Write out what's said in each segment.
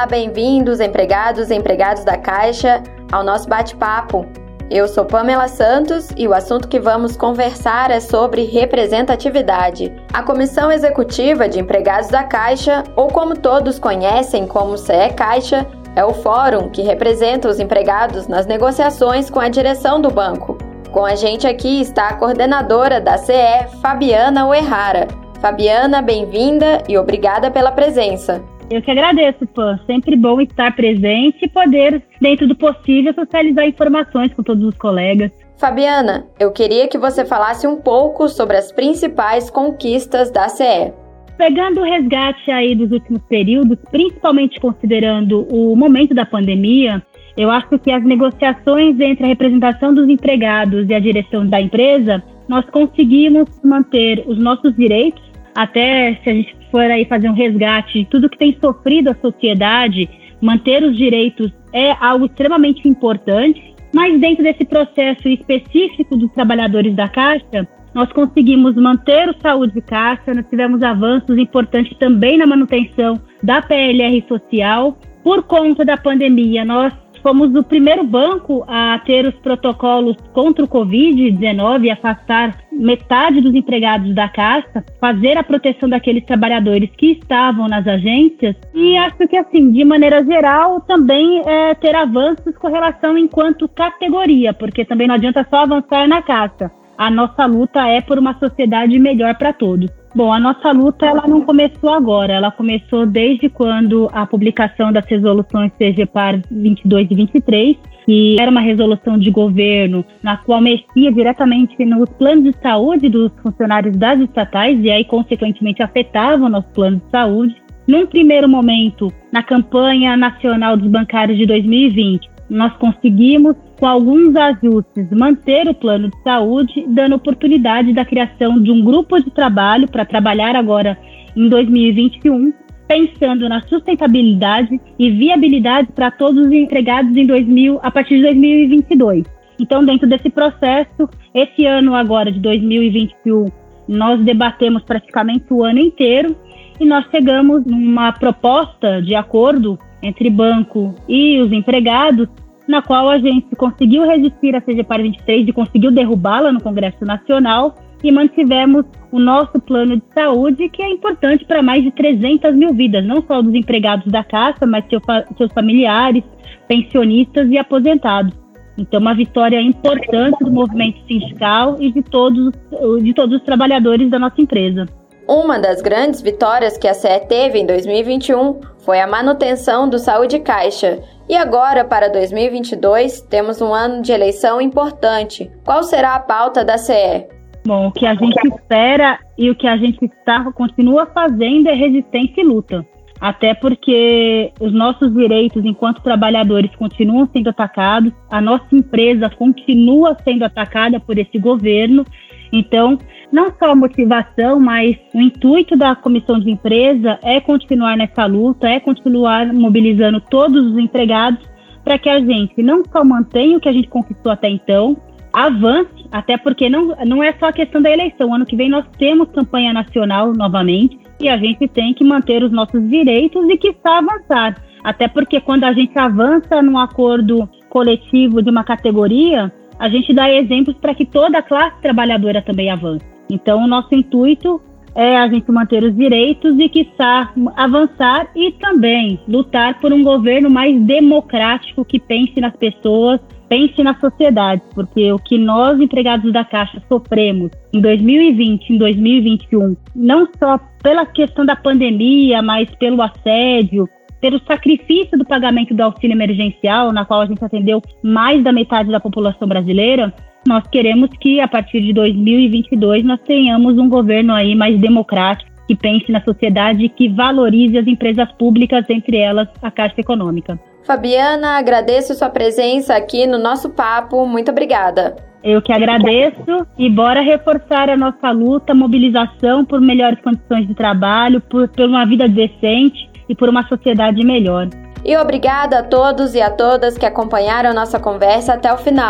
Olá, bem-vindos, empregados e empregadas da Caixa, ao nosso bate-papo. Eu sou Pamela Santos e o assunto que vamos conversar é sobre representatividade. A Comissão Executiva de Empregados da Caixa, ou como todos conhecem como CE Caixa, é o fórum que representa os empregados nas negociações com a direção do banco. Com a gente aqui está a coordenadora da CE, Fabiana Uehara. Fabiana, bem-vinda e obrigada pela presença. Eu que agradeço, Pam. Sempre bom estar presente e poder, dentro do possível, socializar informações com todos os colegas. Fabiana, eu queria que você falasse um pouco sobre as principais conquistas da CE. Pegando o resgate aí dos últimos períodos, principalmente considerando o momento da pandemia, eu acho que as negociações entre a representação dos empregados e a direção da empresa, nós conseguimos manter os nossos direitos, até se a gente for aí fazer um resgate de tudo que tem sofrido a sociedade, manter os direitos é algo extremamente importante, mas dentro desse processo específico dos trabalhadores da Caixa, nós conseguimos manter o Saúde Caixa, nós tivemos avanços importantes também na manutenção da PLR social. Por conta da pandemia, nós fomos o primeiro banco a ter os protocolos contra o Covid-19 e afastar metade dos empregados da Caixa, fazer a proteção daqueles trabalhadores que estavam nas agências. E acho que, assim, de maneira geral, também ter avanços com relação enquanto categoria, porque também não adianta só avançar na Caixa. A nossa luta é por uma sociedade melhor para todos. Bom, a nossa luta ela não começou agora, ela começou desde quando a publicação das resoluções CGPAR 22 e 23, que era uma resolução de governo na qual mexia diretamente nos planos de saúde dos funcionários das estatais e aí, consequentemente, afetava o nosso plano de saúde. Num primeiro momento, na campanha nacional dos bancários de 2020, nós conseguimos, com alguns ajustes, manter o plano de saúde, dando oportunidade da criação de um grupo de trabalho para trabalhar agora em 2021, pensando na sustentabilidade e viabilidade para todos os empregados a partir de 2022. Então, dentro desse processo, esse ano agora de 2021, nós debatemos praticamente o ano inteiro e nós chegamos numa proposta de acordo entre banco e os empregados, na qual a gente conseguiu resistir à CGPAR 23 e conseguiu derrubá-la no Congresso Nacional e mantivemos o nosso plano de saúde, que é importante para mais de 300 mil vidas, não só dos empregados da Caixa, mas seus familiares, pensionistas e aposentados. Então, uma vitória importante do movimento sindical e de todos os trabalhadores da nossa empresa. Uma das grandes vitórias que a CE teve em 2021 foi a manutenção do Saúde Caixa. E agora, para 2022, temos um ano de eleição importante. Qual será a pauta da CE? Bom, o que a gente espera e o que a gente continua fazendo é resistência e luta. Até porque os nossos direitos enquanto trabalhadores continuam sendo atacados, a nossa empresa continua sendo atacada por esse governo. Então, não só a motivação, mas o intuito da comissão de empresa é continuar nessa luta, é continuar mobilizando todos os empregados para que a gente não só mantenha o que a gente conquistou até então, avance, até porque não é só a questão da eleição. Ano que vem nós temos campanha nacional novamente e a gente tem que manter os nossos direitos e quiçá avançar. Até porque quando a gente avança num acordo coletivo de uma categoria, a gente dá exemplos para que toda a classe trabalhadora também avance. Então, o nosso intuito é a gente manter os direitos e, quiçá, avançar e também lutar por um governo mais democrático que pense nas pessoas, pense na sociedade, porque o que nós, empregados da Caixa, sofremos em 2020, em 2021, não só pela questão da pandemia, mas pelo assédio, pelo sacrifício do pagamento do auxílio emergencial, na qual a gente atendeu mais da metade da população brasileira, nós queremos que, a partir de 2022, nós tenhamos um governo aí mais democrático, que pense na sociedade e que valorize as empresas públicas, entre elas a Caixa Econômica. Fabiana, agradeço sua presença aqui no nosso papo. Muito obrigada. Eu que agradeço e bora reforçar a nossa luta, mobilização por melhores condições de trabalho, por uma vida decente e por uma sociedade melhor. E obrigada a todos e a todas que acompanharam nossa conversa até o final.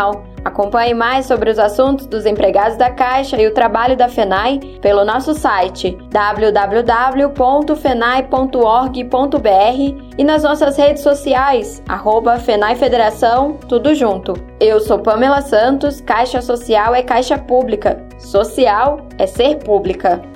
Acompanhe mais sobre os assuntos dos empregados da Caixa e o trabalho da FENAI pelo nosso site www.fenai.org.br e nas nossas redes sociais, @FENAI Federação, tudo junto. Eu sou Pamela Santos, Caixa Social é Caixa Pública. Social é ser pública.